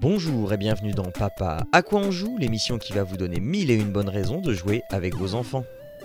Bonjour et bienvenue dans Papa à quoi on joue, l'émission qui va vous donner mille et une bonnes raisons de jouer avec vos enfants.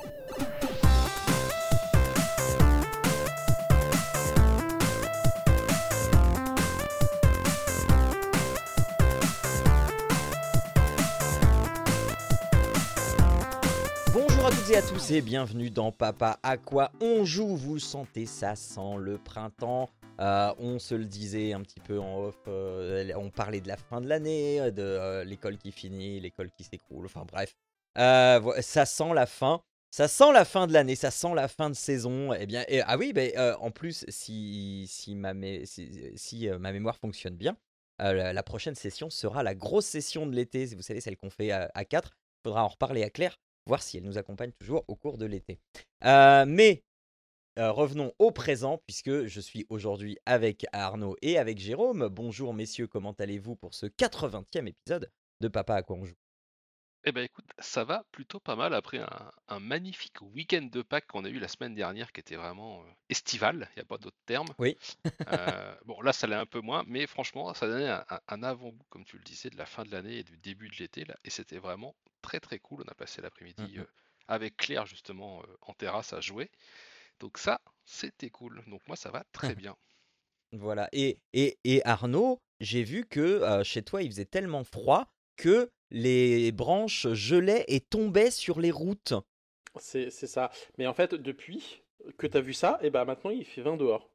Bonjour à toutes et à tous et bienvenue dans Papa à quoi on joue. Vous sentez, ça sent le printemps. On se le disait un petit peu en off, on parlait de la fin de l'année, de l'école qui finit, l'école qui s'écroule, enfin bref. Ça sent la fin. Ça sent la fin de l'année, ça sent la fin de saison. Eh bien, ah oui, en plus, si ma mémoire fonctionne bien, la prochaine session sera la grosse session de l'été. Vous savez, celle qu'on fait à 4. Il faudra en reparler à Claire, voir si elle nous accompagne toujours au cours de l'été. Mais revenons au présent, puisque je suis aujourd'hui avec Arnaud et avec Jérôme. Bonjour messieurs, comment allez-vous pour ce 80e épisode de Papa à quoi on joue? Eh ben écoute, ça va plutôt pas mal après un magnifique week-end de Pâques qu'on a eu la semaine dernière qui était vraiment estival, il n'y a pas d'autre terme. Oui. Bon là ça l'est un peu moins, mais franchement ça donnait un avant-goût, comme tu le disais, de la fin de l'année et du début de l'été là, et c'était vraiment très très cool. On a passé l'après-midi Mm. avec Claire justement en terrasse à jouer, donc ça c'était cool. Donc moi ça va très bien. Voilà. Et Arnaud, j'ai vu que chez toi il faisait tellement froid que les branches gelaient et tombaient sur les routes. C'est ça. Mais en fait, depuis que tu as vu ça, et ben maintenant il fait 20 dehors.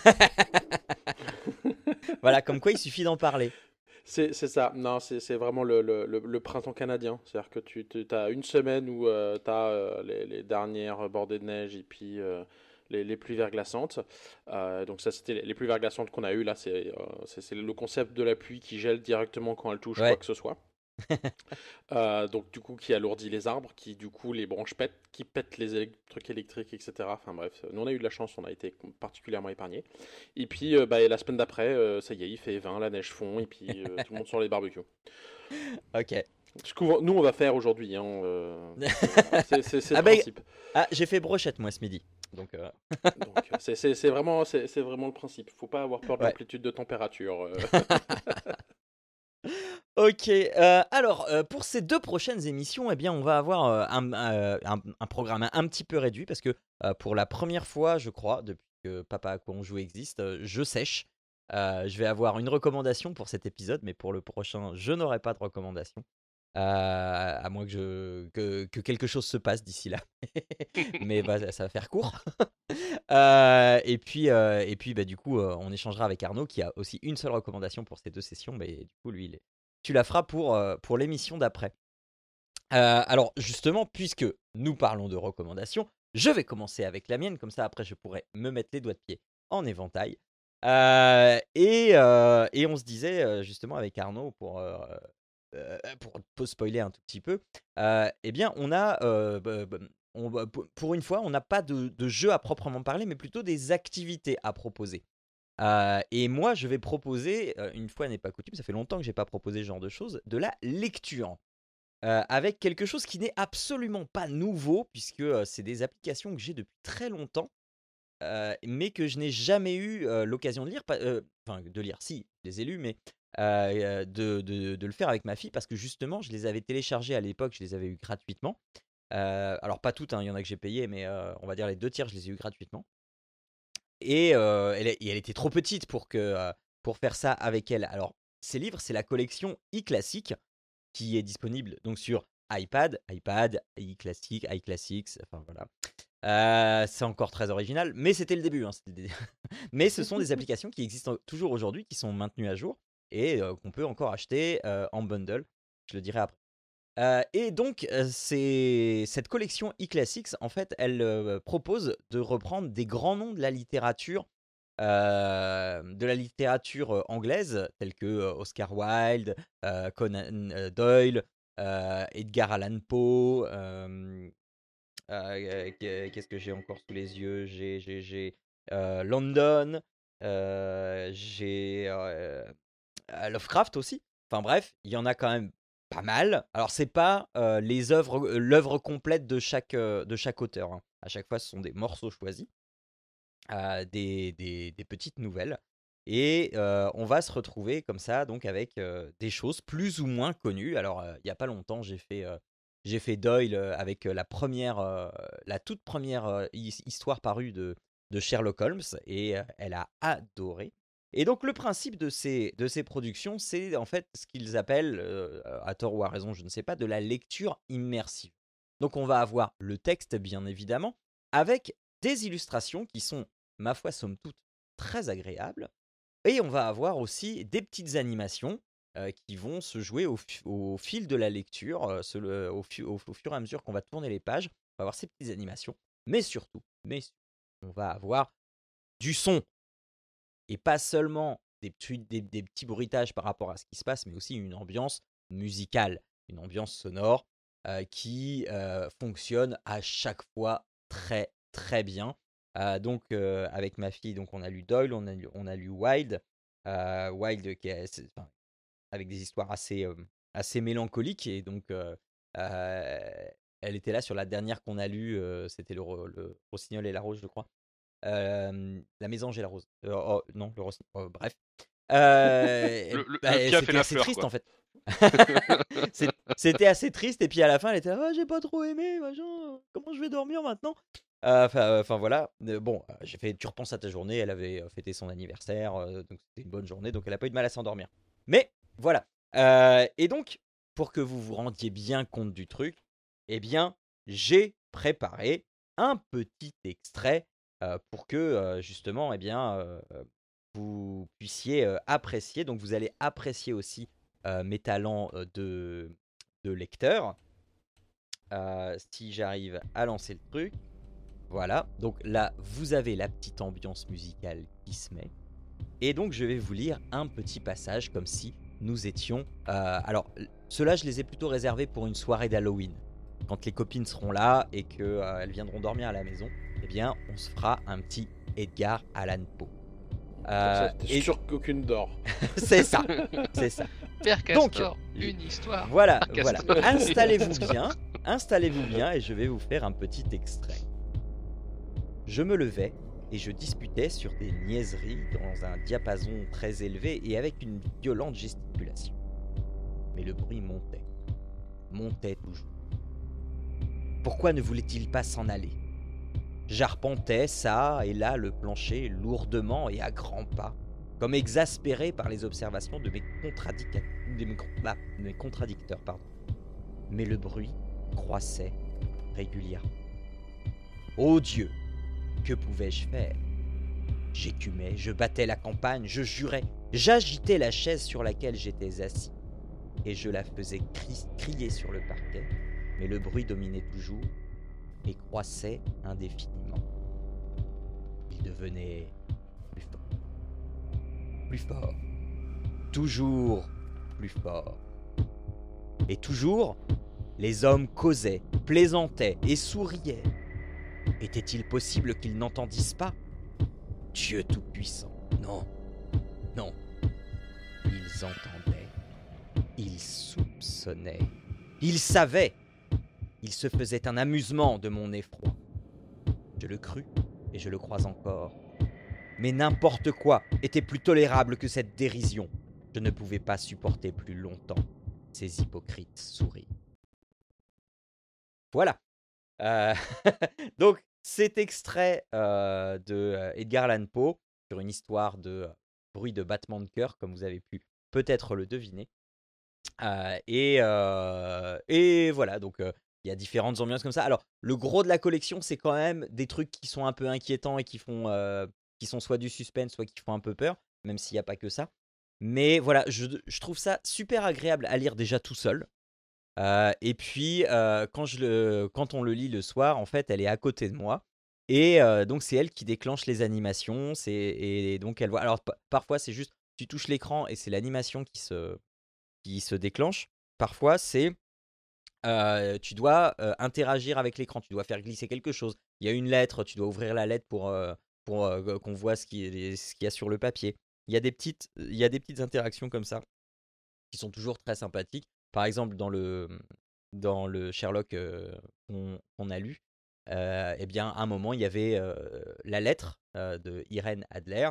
Voilà, comme quoi il suffit d'en parler. C'est ça. Non, c'est vraiment le printemps canadien. C'est-à-dire que tu as une semaine où tu as les dernières bordées de neige et puis les pluies verglaçantes. Donc ça, c'était les pluies verglaçantes qu'on a eues là. C'est le concept de la pluie qui gèle directement quand elle touche quoi Ouais. que ce soit. Donc du coup qui alourdit les arbres, qui du coup les branches pètent, qui pètent trucs électriques, etc. Enfin bref, nous on a eu de la chance, on a été particulièrement épargnés. Et puis et la semaine d'après, ça y est, il fait 20, la neige fond, et puis tout le monde sur les barbecues. Ok. Ce que nous on va faire aujourd'hui, hein, voilà, c'est Ah le ben, principe. j'ai fait brochette moi ce midi. Donc, Donc c'est vraiment le principe. Faut pas avoir peur de ouais. l'amplitude de température. Ok, alors pour ces 2 prochaines émissions, eh bien, on va avoir un programme un petit peu réduit parce que pour la première fois, je crois, depuis que Papa à quoi on joue existe, je sèche. Je vais avoir une recommandation pour cet épisode, mais pour le prochain, je n'aurai pas de recommandation. À moins que quelque chose se passe d'ici là. Mais ça va faire court. Et puis du coup, on échangera avec Arnaud qui a aussi une seule recommandation pour ces 2 sessions. Mais du coup, lui, tu la feras pour l'émission d'après. Alors justement, puisque nous parlons de recommandations, je vais commencer avec la mienne, comme ça après je pourrai me mettre les doigts de pied en éventail. Et on se disait justement avec Arnaud pour spoiler un tout petit peu, eh bien on a, pour une fois, on n'a pas de jeu à proprement parler, mais plutôt des activités à proposer. Et moi, je vais proposer, une fois n'est pas coutume, ça fait longtemps que j'ai pas proposé ce genre de choses, de la lecture. Avec quelque chose qui n'est absolument pas nouveau, puisque c'est des applications que j'ai depuis très longtemps, mais que je n'ai jamais eu l'occasion de lire. Enfin, de lire, si, je les ai lus, mais de le faire avec ma fille, parce que justement, je les avais téléchargées à l'époque, je les avais eues gratuitement. Alors, pas toutes, hein, il y en a que j'ai payé, mais on va dire les 2 tiers, je les ai eues gratuitement. Et elle était trop petite pour faire ça avec elle. Alors, ces livres, c'est la collection iClassic qui est disponible donc sur iPad, iClassic, iClassics, enfin voilà. C'est encore très original, mais c'était le début, hein, mais ce sont des applications qui existent toujours aujourd'hui, qui sont maintenues à jour et qu'on peut encore acheter en bundle. Je le dirai après. Et donc, cette collection eClassics, en fait, elle propose de reprendre des grands noms de la littérature anglaise, tels que Oscar Wilde, Conan Doyle, Edgar Allan Poe. Qu'est-ce que j'ai encore sous les yeux? J'ai London, j'ai Lovecraft aussi. Enfin bref, il y en a quand même pas mal. Alors c'est pas l'œuvre complète de chaque auteur, hein. À chaque fois, ce sont des morceaux choisis, des petites nouvelles. Et on va se retrouver comme ça, donc avec des choses plus ou moins connues. Alors, il n'y a pas longtemps, j'ai fait Doyle avec la toute première histoire parue de Sherlock Holmes, et elle a adoré. Et donc, le principe de ces productions, c'est en fait ce qu'ils appellent, à tort ou à raison, je ne sais pas, de la lecture immersive. Donc, on va avoir le texte, bien évidemment, avec des illustrations qui sont, ma foi, somme toute, très agréables. Et on va avoir aussi des petites animations qui vont se jouer au fil de la lecture, au fur et à mesure qu'on va tourner les pages. On va avoir ces petites animations, mais surtout, on va avoir du son, et pas seulement des petits bruitages par rapport à ce qui se passe, mais aussi une ambiance musicale, une ambiance sonore qui fonctionne à chaque fois très très bien. Donc avec ma fille, donc on a lu Doyle, on a lu Wild, Wild enfin, avec des histoires assez mélancoliques, et donc elle était là sur la dernière qu'on a lue, c'était le Rossignol et la Rose, je crois. La mésange et la rose. Oh, non, le rossignol. Bref. Le piaf et C'était la assez fleur, triste quoi. en fait. C'était assez triste, et puis à la fin elle était là, ah, j'ai pas trop aimé, machin, comment je vais dormir maintenant. Enfin voilà. Bon, j'ai fait, tu repenses à ta journée, elle avait fêté son anniversaire, donc c'était une bonne journée, donc elle a pas eu de mal à s'endormir. Mais voilà. Et donc, pour que vous vous rendiez bien compte du truc, eh bien, j'ai préparé un petit extrait pour que justement, eh bien, vous puissiez apprécier. Donc, vous allez apprécier aussi mes talents de lecteur. Si j'arrive à lancer le truc, voilà. Donc là, vous avez la petite ambiance musicale qui se met. Et donc, je vais vous lire un petit passage comme si nous étions. Alors, ceux-là, je les ai plutôt réservés pour une soirée d'Halloween. Quand les copines seront là et qu'elles viendront dormir à la maison, eh bien, on se fera un petit Edgar Allan Poe. Comme ça, t'es sûr qu'aucune dort. C'est ça, c'est ça. Père Donc, Castor, une histoire. Voilà, Père voilà. Castor. Installez-vous bien, et je vais vous faire un petit extrait. Je me levais et je disputais sur des niaiseries dans un diapason très élevé et avec une violente gesticulation. Mais le bruit montait toujours. Pourquoi ne voulait-il pas s'en aller? J'arpentais ça et là le plancher lourdement et à grands pas, comme exaspéré par les observations de mes contradicteurs. Mais le bruit croissait régulièrement. Ô Dieu, que pouvais-je faire? J'écumais, je battais la campagne, je jurais, j'agitais la chaise sur laquelle j'étais assis, et je la faisais crier sur le parquet, mais le bruit dominait toujours et croissait indéfiniment. Il devenait plus fort, toujours plus fort. Et toujours, les hommes causaient, plaisantaient et souriaient. Était-il possible qu'ils n'entendissent pas? Dieu Tout-Puissant, non, non. Ils entendaient, ils soupçonnaient, ils savaient. Ils se faisaient un amusement de mon effroi. Je le crus et je le crois encore. Mais n'importe quoi était plus tolérable que cette dérision. Je ne pouvais pas supporter plus longtemps ces hypocrites sourires. Voilà. Donc, cet extrait de Edgar Allan Poe sur une histoire de bruit de battement de cœur, comme vous avez pu peut-être le deviner. Et voilà, donc il y a différentes ambiances comme ça. Alors, le gros de la collection, c'est quand même des trucs qui sont un peu inquiétants et qui sont soit du suspense, soit qui font un peu peur, même s'il n'y a pas que ça. Mais voilà, je trouve ça super agréable à lire déjà tout seul. Et puis, quand on le lit le soir, en fait, elle est à côté de moi. Et donc, c'est elle qui déclenche les animations. Et donc, elle voit. Alors, parfois, c'est juste, tu touches l'écran et c'est l'animation qui se déclenche. Parfois, c'est tu dois interagir avec l'écran, tu dois faire glisser quelque chose. Il y a une lettre, tu dois ouvrir la lettre pour qu'on voit ce qu'il y a sur le papier. Il y a des petites interactions comme ça qui sont toujours très sympathiques. Par exemple, dans le Sherlock qu'on a lu, eh bien, à un moment, il y avait la lettre de Irène Adler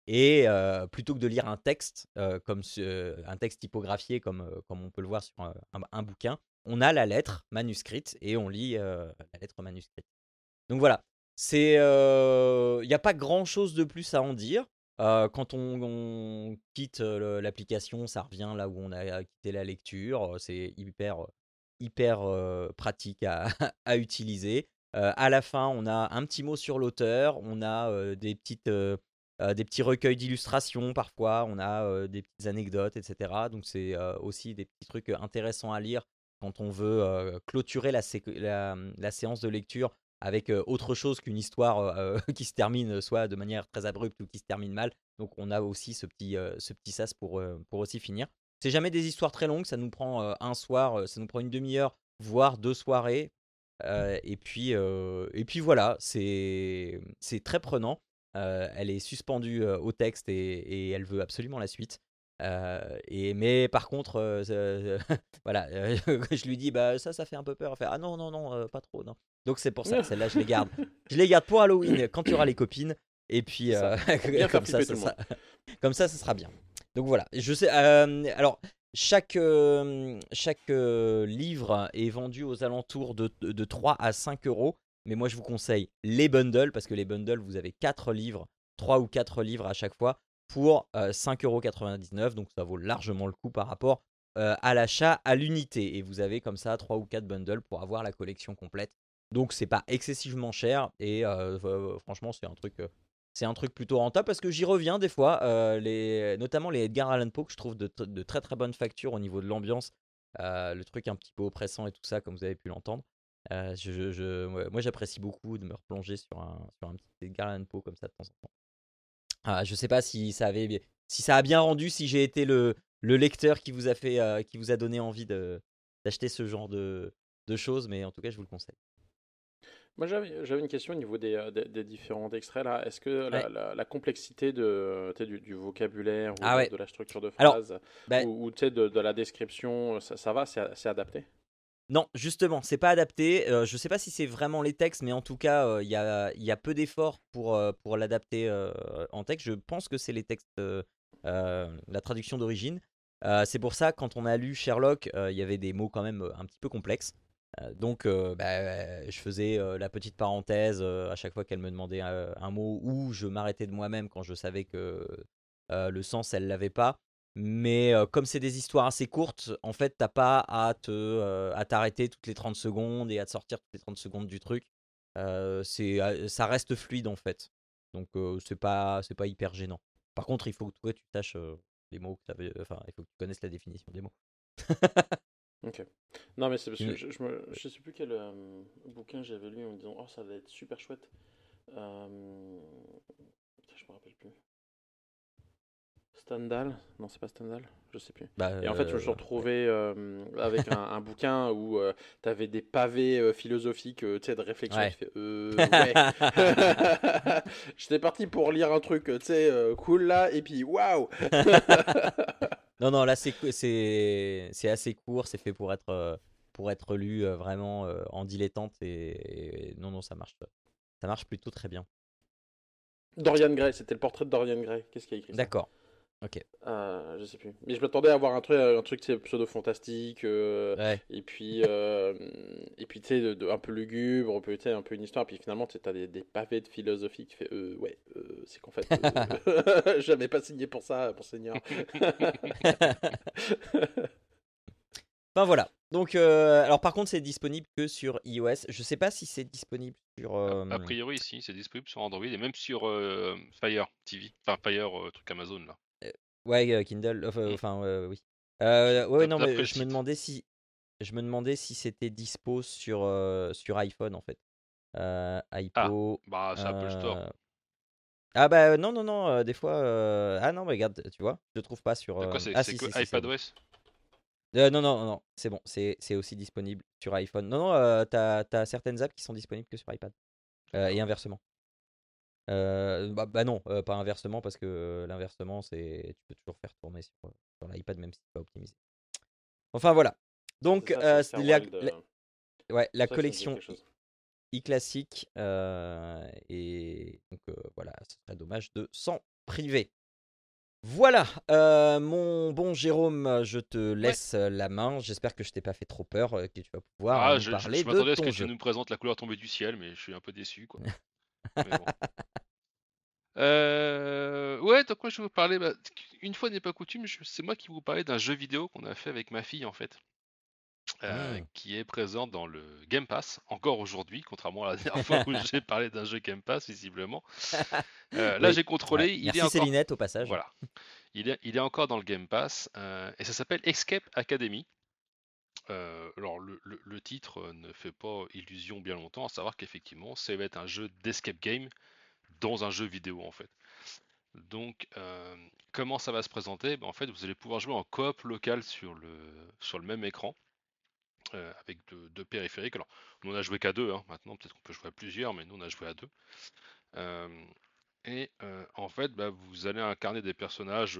Et plutôt que de lire un texte, un texte typographié comme on peut le voir sur un bouquin, on a la lettre manuscrite et on lit la lettre manuscrite. Donc voilà, il n'y a pas grand-chose de plus à en dire. Quand on quitte l'application, ça revient là où on a quitté la lecture. C'est hyper pratique à utiliser. À la fin, on a un petit mot sur l'auteur, on a des petits recueils d'illustrations parfois, on a des petites anecdotes, etc. Donc c'est aussi des petits trucs intéressants à lire quand on veut clôturer la séance de lecture avec autre chose qu'une histoire qui se termine soit de manière très abrupte ou qui se termine mal. Donc on a aussi ce petit sas pour aussi finir. C'est jamais des histoires très longues, ça nous prend un soir, ça nous prend une demi-heure, voire 2 soirées. Et puis voilà, c'est très prenant. Elle est suspendue au texte et elle veut absolument la suite. Mais par contre, voilà, je lui dis bah ça fait un peu peur. Elle fait ah non non non pas trop non. Donc c'est pour ça, celle-là je les garde. Je les garde pour Halloween quand il y aura les copines. Et puis C'est ça. Pour bien faire comme ça, flipper tout le monde. comme ça sera bien. Donc voilà, je sais. Alors chaque livre est vendu aux alentours de 3 à 5 euros. Mais moi, je vous conseille les bundles, parce que les bundles, vous avez 4 livres, 3 ou 4 livres à chaque fois, pour 5,99 €. Donc ça vaut largement le coup par rapport à l'achat à l'unité. Et vous avez comme ça 3 ou 4 bundles pour avoir la collection complète. Donc c'est pas excessivement cher. Et franchement, c'est un truc plutôt rentable parce que j'y reviens des fois, notamment les Edgar Allan Poe que je trouve de très très bonne facture au niveau de l'ambiance, le truc un petit peu oppressant et tout ça, comme vous avez pu l'entendre. Moi j'apprécie beaucoup de me replonger sur un petit Edgar Allan Poe comme ça de temps en temps. Je sais pas si ça a bien rendu, si j'ai été le lecteur qui vous a donné envie d'acheter ce genre de choses, mais en tout cas je vous le conseille. Moi, j'avais une question au niveau des différents extraits là. Est-ce que Ouais. la complexité tu sais, du vocabulaire ou Ah ouais. de la structure de Alors, phrase bah, ou tu sais, de la description, ça va, c'est adapté? non, justement, c'est pas adapté. Je sais pas si c'est vraiment les textes, mais en tout cas, il y a peu d'efforts pour l'adapter en texte. Je pense que c'est les textes, la traduction d'origine. C'est pour ça, quand on a lu Sherlock, il y avait des mots quand même un petit peu complexes. Donc, je faisais la petite parenthèse à chaque fois qu'elle me demandait un mot, ou je m'arrêtais de moi-même quand je savais que le sens, elle l'avait pas. Mais comme c'est des histoires assez courtes, en fait, t'as pas à t'arrêter toutes les 30 secondes et à te sortir toutes les 30 secondes du truc. Ça reste fluide en fait. Donc c'est pas hyper gênant. Par contre, il faut que toi tu tâches les mots que t'avais. Enfin, il faut que tu connaisses la définition des mots. Ok. Non, mais c'est parce que Tu- je sais plus quel bouquin j'avais lu en me disant oh, ça va être super chouette. Je me rappelle plus. Stendhal? Non, c'est pas Stendhal, je sais plus. Bah, Et en fait, je me suis ouais. retrouvé avec un bouquin où tu avais des pavés philosophiques, tu sais, de réflexion. Ouais. Tu fais, ouais. J'étais parti pour lire un truc, tu sais, cool là, et puis waouh! Non, non, là c'est assez court, c'est fait pour être lu vraiment en dilettante et non, non, ça marche plutôt très bien. Dorian Gray, c'était le portrait de Dorian Gray. Qu'est-ce qui a écrit ça? D'accord, ok. Je sais plus. Mais je m'attendais à avoir un truc tu sais, pseudo-fantastique, Ouais. et puis tu sais, un peu lugubre, tu sais, un peu une histoire. Puis finalement, tu as des pavés de philosophie qui fait, ouais, c'est qu'en fait, j'avais pas signé pour ça, pour Seigneur. Enfin voilà. Donc, alors par contre, c'est disponible que sur iOS. Je sais pas si c'est disponible sur. A priori, si, c'est disponible sur Android et même sur Fire TV. Enfin, Fire, truc Amazon là. Ouais, Kindle. Mm. Enfin, oui. Ouais, non, D'après mais le site. je me demandais si c'était dispo sur iPhone en fait. Ah, iPo. bah c'est Apple Store. Ah bah non, non, non, des fois. Ah non, mais regarde, tu vois, je le trouve pas sur. C'est quoi, Ah c'est si, que si, si, c'est bon. iPadOS? Non, non, non, non, c'est bon, c'est aussi disponible sur iPhone. Non, non, t'as certaines apps qui sont disponibles que sur iPad. Et D'accord. inversement. Bah non, pas inversement, parce que l'inversement, tu peux toujours faire tourner sur l'iPad, même si c'est pas optimisé. Enfin voilà. C'était Donc, ça sur Oscar Wilde. ouais, la C'est vrai que ça me disait collection quelque chose. iClassique. Et donc, voilà, ce serait dommage de s'en priver. Voilà, mon bon Jérôme, je te Ouais. laisse la main. J'espère que je t'ai pas fait trop peur, que tu vas pouvoir Ah, nous parler je de m'attendais à ce ton que tu jeu. nous présentes la couleur tombée du ciel, mais je suis un peu déçu, quoi. Mais bon. Ouais, donc moi je vais vous parler, une fois n'est pas coutume, c'est moi qui vais vous parler d'un jeu vidéo qu'on a fait avec ma fille en fait, Mmh. qui est présent dans le Game Pass, encore aujourd'hui, contrairement à la dernière fois où j'ai parlé d'un jeu Game Pass, visiblement. Là Oui, j'ai ouais. contrôlé, il est Merci encore, Célinette au passage. voilà, il est encore dans le Game Pass, et ça s'appelle Escape Academy. Alors le titre ne fait pas illusion bien longtemps, à savoir qu'effectivement, ça va être un jeu d'escape game dans un jeu vidéo en fait. Donc, comment ça va se présenter? En fait, vous allez pouvoir jouer en coop local sur le même écran, avec deux périphériques. Alors, nous on a joué qu'à deux, hein. Maintenant peut-être qu'on peut jouer à plusieurs, mais nous on a joué à deux. Euh, En fait, vous allez incarner des personnages,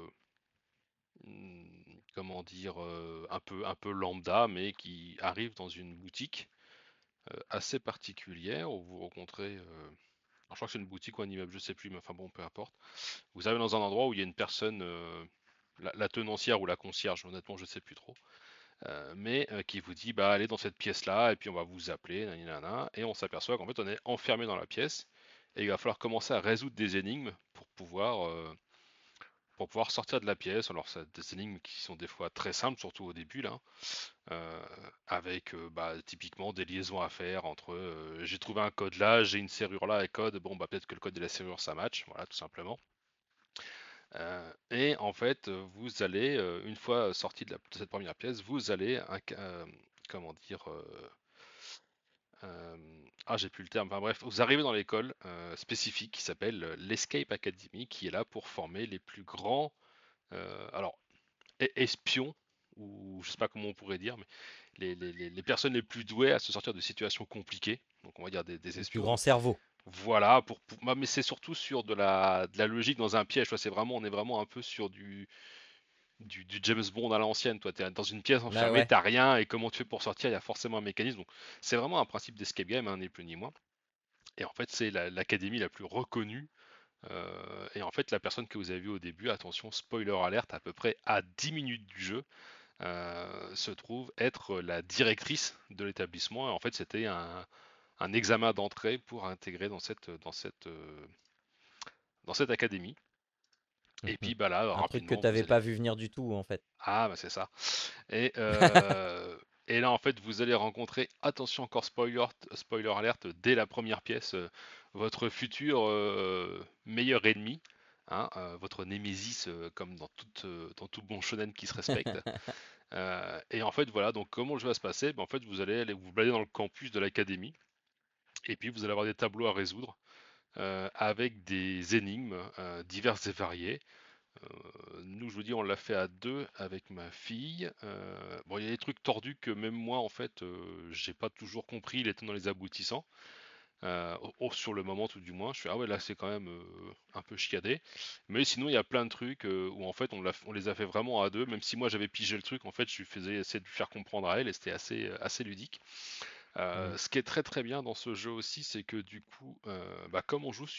comment dire, un peu lambda, mais qui arrivent dans une boutique assez particulière où vous rencontrez. Alors, je crois que c'est une boutique ou un immeuble, je sais plus, mais enfin bon, peu importe. Vous arrivez dans un endroit où il y a une personne, la tenancière ou la concierge, honnêtement, je sais plus trop, mais qui vous dit, bah allez dans cette pièce-là, et puis on va vous appeler, nanana, et on s'aperçoit qu'en fait on est enfermé dans la pièce, et il va falloir commencer à résoudre des énigmes pour pouvoir sortir de la pièce. Alors, ça, des énigmes qui sont des fois très simples, surtout au début, là, euh, avec typiquement des liaisons à faire entre j'ai trouvé un code là, j'ai une serrure là et code, bon, bah peut-être que le code de la serrure ça match, voilà, tout simplement. Et en fait, vous allez, une fois sorti de cette première pièce, vous allez, comment dire, euh, ah j'ai plus le terme, enfin bref, vous arrivez dans l'école spécifique qui s'appelle l'Escape Academy, qui est là pour former les plus grands, alors espions, ou je sais pas comment on pourrait dire, mais les personnes les plus douées à se sortir de situations compliquées, donc on va dire des Le plus espions. grand Donc cerveau. voilà, mais c'est surtout sur de la logique dans un piège. C'est vraiment, on est vraiment un peu sur du James Bond à l'ancienne. Toi, t'es dans une pièce Ah enfermée, ouais. t'as rien, et comment tu fais pour sortir? Il y a forcément un mécanisme. Donc, c'est vraiment un principe d'escape game, hein, ni plus ni moins. Et en fait, c'est l'académie la plus reconnue. Et en fait, la personne que vous avez vue au début, attention, spoiler alerte, à peu près à 10 minutes du jeu, se trouve être la directrice de l'établissement. Et en fait, c'était un examen d'entrée pour intégrer dans cette académie. Et puis bah là, Un truc que rapidement, vous t'avais allez. pas vu venir du tout en fait. Ah bah c'est ça. Et, euh, et là en fait vous allez rencontrer, attention encore spoiler alerte, dès la première pièce, votre futur meilleur ennemi, hein, votre némésis, comme dans tout bon shonen qui se respecte. Et en fait voilà, donc comment le jeu va se passer? En fait vous allez aller vous balader dans le campus de l'académie, et puis vous allez avoir des tableaux à résoudre, avec des énigmes diverses et variées. Nous, je vous dis, on l'a fait à deux avec ma fille. Bon, il y a des trucs tordus que même moi, en fait, j'ai pas toujours compris les tenants les aboutissants. Sur le moment, tout du moins, je suis ah ouais, là, c'est quand même un peu chiadé. Mais sinon, il y a plein de trucs où en fait, on les a fait vraiment à deux. Même si moi, j'avais pigé le truc, en fait, je lui faisais essayer de lui faire comprendre à elle, et c'était assez ludique. Mm. Ce qui est très très bien dans ce jeu aussi, c'est que du coup, comme on joue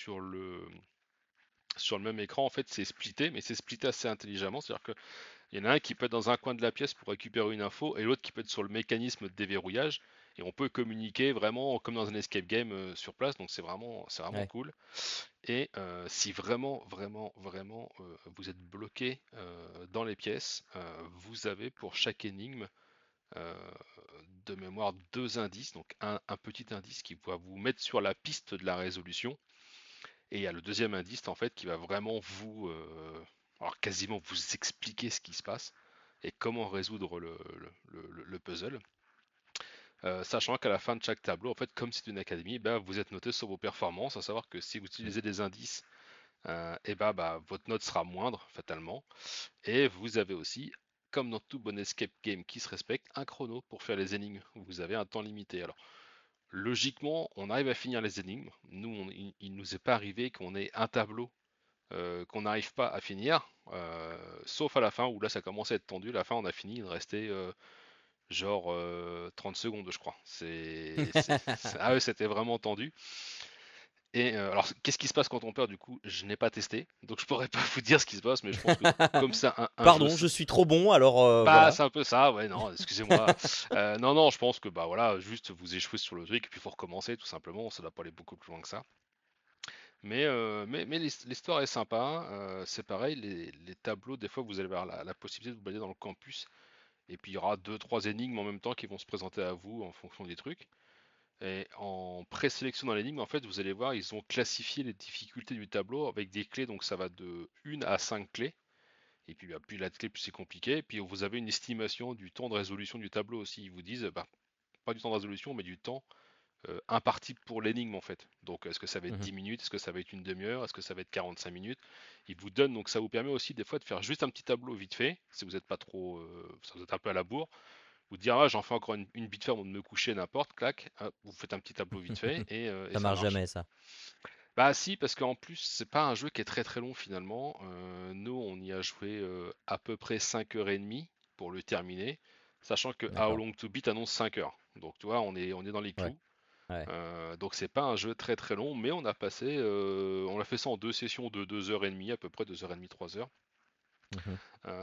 sur le même écran, en fait, c'est splitté, mais c'est splitté assez intelligemment. C'est-à-dire que il y en a un qui peut être dans un coin de la pièce pour récupérer une info, et l'autre qui peut être sur le mécanisme de déverrouillage. Et on peut communiquer vraiment comme dans un escape game sur place, donc c'est vraiment Ouais. cool. Et si vraiment, vraiment, vraiment vous êtes bloqué dans les pièces, vous avez pour chaque énigme euh, de mémoire deux indices, donc un petit indice qui va vous mettre sur la piste de la résolution, et il y a le deuxième indice en fait qui va vraiment alors quasiment vous expliquer ce qui se passe et comment résoudre le puzzle. Sachant qu'à la fin de chaque tableau, en fait, comme c'est une académie, vous êtes noté sur vos performances, à savoir que si vous utilisez des indices, votre note sera moindre fatalement. Et vous avez aussi, comme dans tout bon escape game qui se respecte, un chrono pour faire les énigmes. Vous avez un temps limité. Alors, logiquement, on arrive à finir les énigmes. Nous, il nous est pas arrivé qu'on ait un tableau qu'on n'arrive pas à finir, sauf à la fin où là ça commence à être tendu. La fin, on a fini, il restait genre 30 secondes, je crois. Ah ouais, c'était vraiment tendu. Et alors, qu'est-ce qui se passe quand on perd? Du coup, je n'ai pas testé, donc je pourrais pas vous dire ce qui se passe, mais je pense que comme c'est un jeu, Pardon, je suis trop bon, alors bah voilà. c'est un peu ça, ouais, non, excusez-moi. Non, je pense que bah voilà, juste vous échouez sur le truc et puis il faut recommencer tout simplement. Ça doit pas aller beaucoup plus loin que ça. Mais l'histoire est sympa. C'est pareil, les tableaux, des fois, vous allez avoir la possibilité de vous balader dans le campus. Et puis il y aura deux, trois énigmes en même temps qui vont se présenter à vous en fonction des trucs. Et en présélectionnant l'énigme, en fait, vous allez voir, ils ont classifié les difficultés du tableau avec des clés. Donc ça va de 1 à 5 clés. Et puis bah, plus la clé, plus c'est compliqué. Et puis vous avez une estimation du temps de résolution du tableau aussi. Ils vous disent, bah, pas du temps de résolution, mais du temps imparti pour l'énigme en fait. Donc est-ce que ça va être Mhm. 10 minutes, est-ce que ça va être une demi-heure, est-ce que ça va être 45 minutes? Il vous donne, donc ça vous permet aussi des fois de faire juste un petit tableau vite fait, si vous n'êtes pas trop, si vous êtes un peu à la bourre, vous dire ah j'en fais encore une vite fait avant de me coucher n'importe, clac, hop, vous faites un petit tableau vite fait et Ça ça marche marche. jamais, ça. Bah si, parce qu'en plus c'est pas un jeu qui est très très long finalement. Nous on y a joué à peu près 5h30 pour le terminer, sachant que How D'accord. Long to Beat annonce 5 heures. Donc tu vois, on est dans les Ouais. clous. Ouais. Donc c'est pas un jeu très très long, mais on a fait ça en deux sessions de 2h30 à peu près, 2h30, 3 heures. Mhm.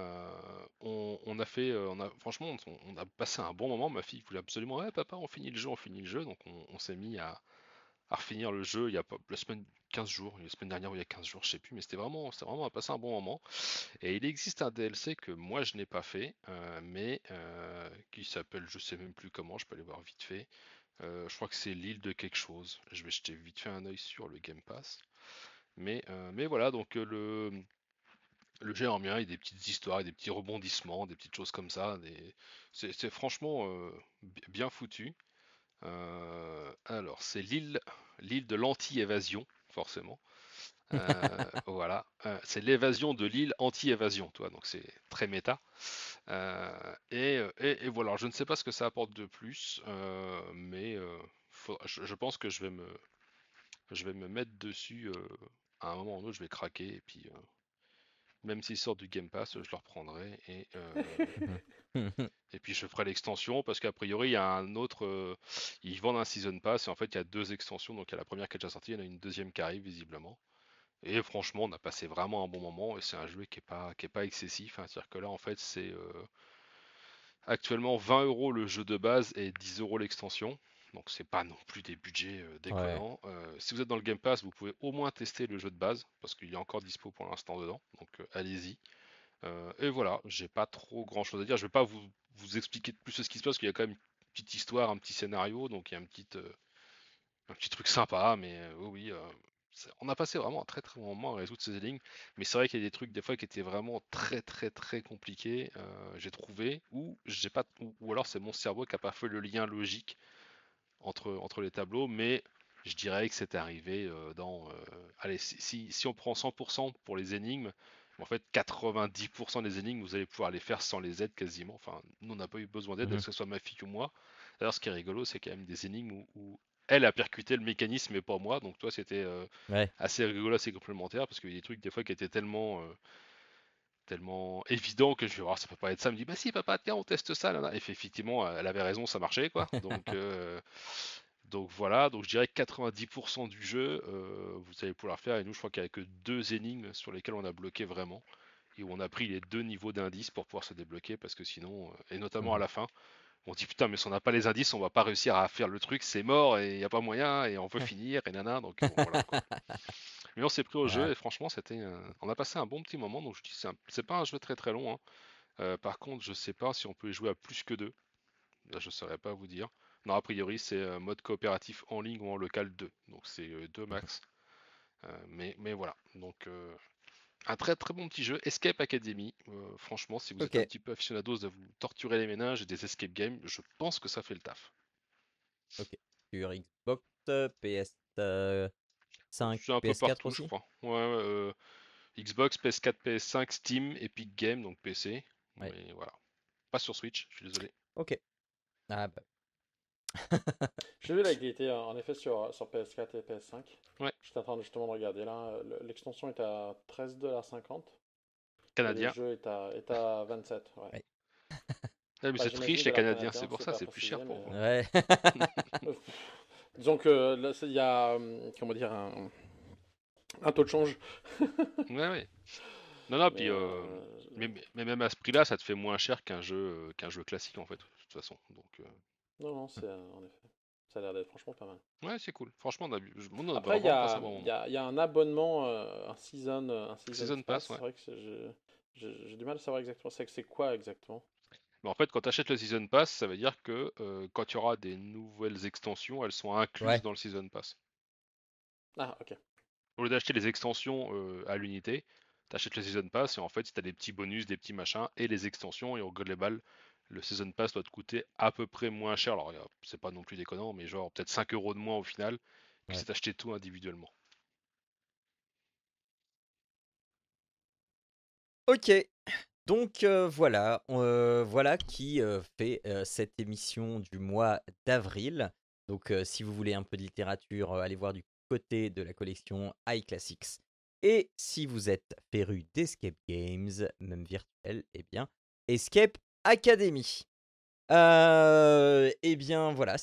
Franchement, on a passé un bon moment. Ma fille voulait absolument, ouais papa, on finit le jeu. Donc on s'est mis à refinir le jeu il y a pas, la semaine, 15 jours, la semaine dernière ou il y a 15 jours, je sais plus, mais c'était vraiment à passer un bon moment. Et il existe un DLC que moi je n'ai pas fait, mais qui s'appelle, je sais même plus comment, je peux aller voir vite fait. Je crois que c'est l'île de quelque chose. Je vais jeter vite fait un œil sur le Game Pass. Mais voilà, donc le jeu en mien, il y a des petites histoires, et des petits rebondissements, des petites choses comme ça. C'est franchement bien foutu. Alors, c'est l'île de l'anti-évasion, forcément. Voilà, c'est l'évasion de l'île anti-évasion, toi, donc c'est très méta. Et voilà, alors, je ne sais pas ce que ça apporte de plus, mais je pense que je vais me mettre dessus à un moment ou un autre, je vais craquer, et puis même s'il sort du Game Pass, je le reprendrai, Mhm. Mhm. et puis je ferai l'extension, parce qu'a priori, il y a un autre, ils vendent un Season Pass, et en fait, il y a deux extensions, donc il y a la première qui est déjà sortie, il y en a une deuxième qui arrive, visiblement. Et franchement, on a passé vraiment un bon moment, et c'est un jeu qui est pas excessif, hein. C'est-à-dire que là, en fait, c'est actuellement 20 € le jeu de base et 10 € l'extension. Donc c'est pas non plus des budgets Ouais. déconnants. Si vous êtes dans le Game Pass, vous pouvez au moins tester le jeu de base parce qu'il est encore dispo pour l'instant dedans. Donc allez-y. Et voilà, j'ai pas trop grand chose à dire. Je vais pas vous expliquer plus ce qui se passe parce qu'il y a quand même une petite histoire, un petit scénario, donc il y a un petit truc sympa. Mais oui, on a passé vraiment un très très bon moment à résoudre ces énigmes. Mais c'est vrai qu'il y a des trucs des fois qui étaient vraiment très très très compliqués. J'ai trouvé ou j'ai pas ou alors c'est mon cerveau qui a pas fait le lien logique entre les tableaux. Mais je dirais que c'est arrivé allez, si on prend 100% pour les énigmes, en fait 90% des énigmes vous allez pouvoir les faire sans les aides quasiment. Enfin, nous on n'a pas eu besoin d'aide, que Mhm. ce soit ma fille ou moi. D'ailleurs, ce qui est rigolo, c'est quand même des énigmes où elle a percuté le mécanisme et pas moi. Donc toi, c'était Ouais. assez rigolo, assez complémentaire, parce qu'il y a des trucs des fois qui étaient tellement évidents que je vais voir, ça peut pas être ça. Elle me dit, bah si papa, tiens, on teste ça. Là, là. Et effectivement, elle avait raison, ça marchait quoi. Donc voilà, donc je dirais que 90% du jeu, vous allez pouvoir le faire. Et nous, je crois qu'il n'y a que deux énigmes sur lesquelles on a bloqué vraiment. Et où on a pris les deux niveaux d'indices pour pouvoir se débloquer, parce que sinon, et notamment à Mhm. la fin, on dit putain, mais si on n'a pas les indices, on va pas réussir à faire le truc, c'est mort et il n'y a pas moyen et on veut finir et nana. Donc bon, voilà quoi. Mais on s'est pris au jeu Ah, et franchement, on a passé un bon petit moment. Donc je dis, c'est pas un jeu très très long, hein. Par contre, je sais pas si on peut y jouer à plus que deux. Là, je saurais pas vous dire. Non, a priori, c'est mode coopératif en ligne ou en local 2. Donc c'est deux mhm. max. Mais voilà. Donc un très très bon petit jeu. Escape Academy. Franchement, si vous êtes un Ok. petit peu aficionados de vous torturer les méninges et des escape games, je pense que ça fait le taf. Ok. Sur Xbox, PS 5, C'est un peu PS4 partout, je aussi? crois. Ouais, Xbox, PS4, PS5, Steam, Epic Games, donc PC. Ouais. Mais voilà. Pas sur Switch, je suis désolé. Ok. Ah bah. J'ai vu là qu'il était en effet sur PS4 et PS5. Ouais, J'étais en train justement de regarder là. L'extension est à 13,50 $ et le Canadien. jeu est à 27. Ouais. Ah, mais Bah, c'est j'imagine triche les dollar Canadiens, c'est canadien, pour c'est ça, pas c'est plus cher précisé, pour mais vous. Ouais. euh, Disons que là, il y a, comment dire, un taux de change. Ouais. Non, Mais puis mais même à ce prix-là, ça te fait moins cher qu'un jeu classique en fait, de toute façon. Donc non, c'est en effet. Ça a l'air d'être franchement pas mal. ouais, c'est cool. Franchement, on a Après, vraiment passé un bon moment. il y a un abonnement, un Season pass. Pass, ouais. C'est vrai que j'ai du mal à savoir exactement. C'est quoi exactement? Mais en fait, quand tu achètes le Season Pass, ça veut dire que quand il y aura des nouvelles extensions, elles sont incluses Ouais. dans le Season Pass. Ah, ok. Au lieu d'acheter les extensions à l'unité, tu achètes le Season Pass et en fait, si tu as des petits bonus, des petits machins et les extensions, et au global, le Season Pass doit te coûter à peu près moins cher. Alors, c'est pas non plus déconnant, mais genre peut-être 5 euros de moins au final que Ouais. si t'achetais tout individuellement. Ok. Donc voilà qui fait cette émission du mois d'avril. Donc si vous voulez un peu de littérature, allez voir du côté de la collection iClassics. Et si vous êtes féru d'escape games, même virtuels, eh bien Escape Academy. Eh bien voilà,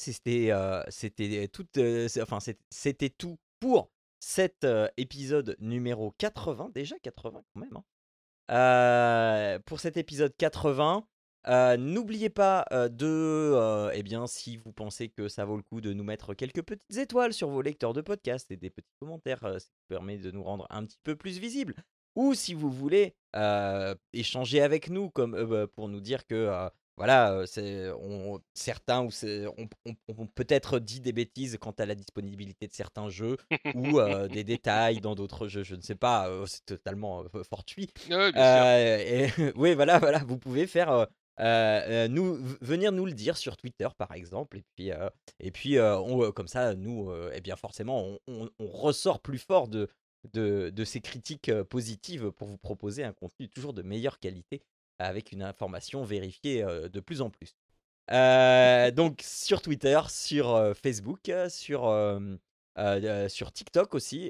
c'était tout pour cet épisode numéro 80, déjà 80 quand même, hein. Pour cet épisode 80. N'oubliez pas eh bien, si vous pensez que ça vaut le coup de nous mettre quelques petites étoiles sur vos lecteurs de podcast et des petits commentaires, ça permet de nous rendre un petit peu plus visibles. Ou si vous voulez échanger avec nous pour nous dire que voilà, certains ont peut-être dit des bêtises quant à la disponibilité de certains jeux ou des détails dans d'autres jeux, je ne sais pas, c'est totalement fortuit. Ouais, bien sûr. Oui, voilà, vous pouvez faire venir nous le dire sur Twitter par exemple, et puis comme ça, nous, eh bien forcément, on ressort plus fort de ces critiques positives pour vous proposer un contenu toujours de meilleure qualité avec une information vérifiée de plus en plus. Donc sur Twitter, sur Facebook, sur TikTok aussi.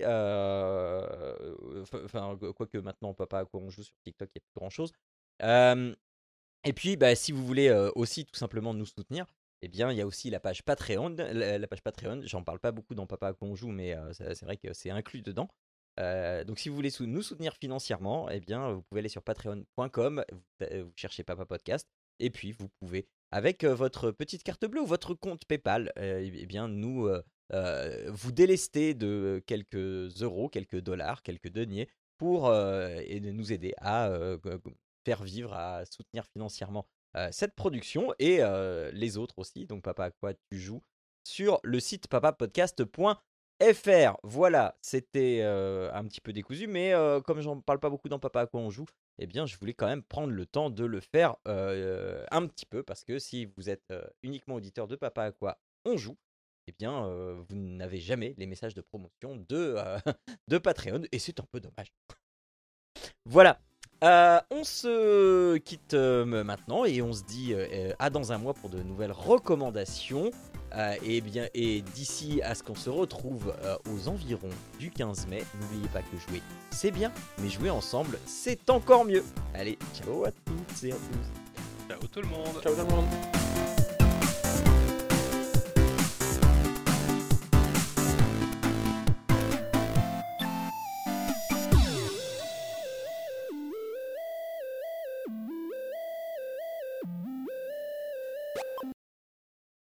Quoique maintenant, Papa à quoi on joue sur TikTok, il n'y a plus grand chose. Et puis, si vous voulez aussi tout simplement nous soutenir, eh bien, il y a aussi la page Patreon. La page Patreon, j'en parle pas beaucoup dans Papa à quoi on joue, mais c'est vrai que c'est inclus dedans. Donc, si vous voulez nous soutenir financièrement, eh bien, vous pouvez aller sur patreon.com, vous cherchez Papa Podcast, et puis vous pouvez, avec votre petite carte bleue ou votre compte PayPal, eh bien, vous délester de quelques euros, quelques dollars, quelques deniers pour et de nous aider à faire vivre, à soutenir financièrement cette production et les autres aussi. Donc, Papa à quoi tu joues sur le site papapodcast.fr. Voilà, c'était un petit peu décousu, mais comme j'en parle pas beaucoup dans Papa à quoi on joue, eh bien, je voulais quand même prendre le temps de le faire un petit peu, parce que si vous êtes uniquement auditeur de Papa à quoi on joue, eh bien, vous n'avez jamais les messages de promotion de Patreon, et c'est un peu dommage. Voilà. On se quitte maintenant et on se dit à dans un mois pour de nouvelles recommandations. Et d'ici à ce qu'on se retrouve aux environs du 15 mai, n'oubliez pas que jouer c'est bien, mais jouer ensemble c'est encore mieux. Allez, ciao à toutes et à tous. Ciao tout le monde. Ciao tout le monde.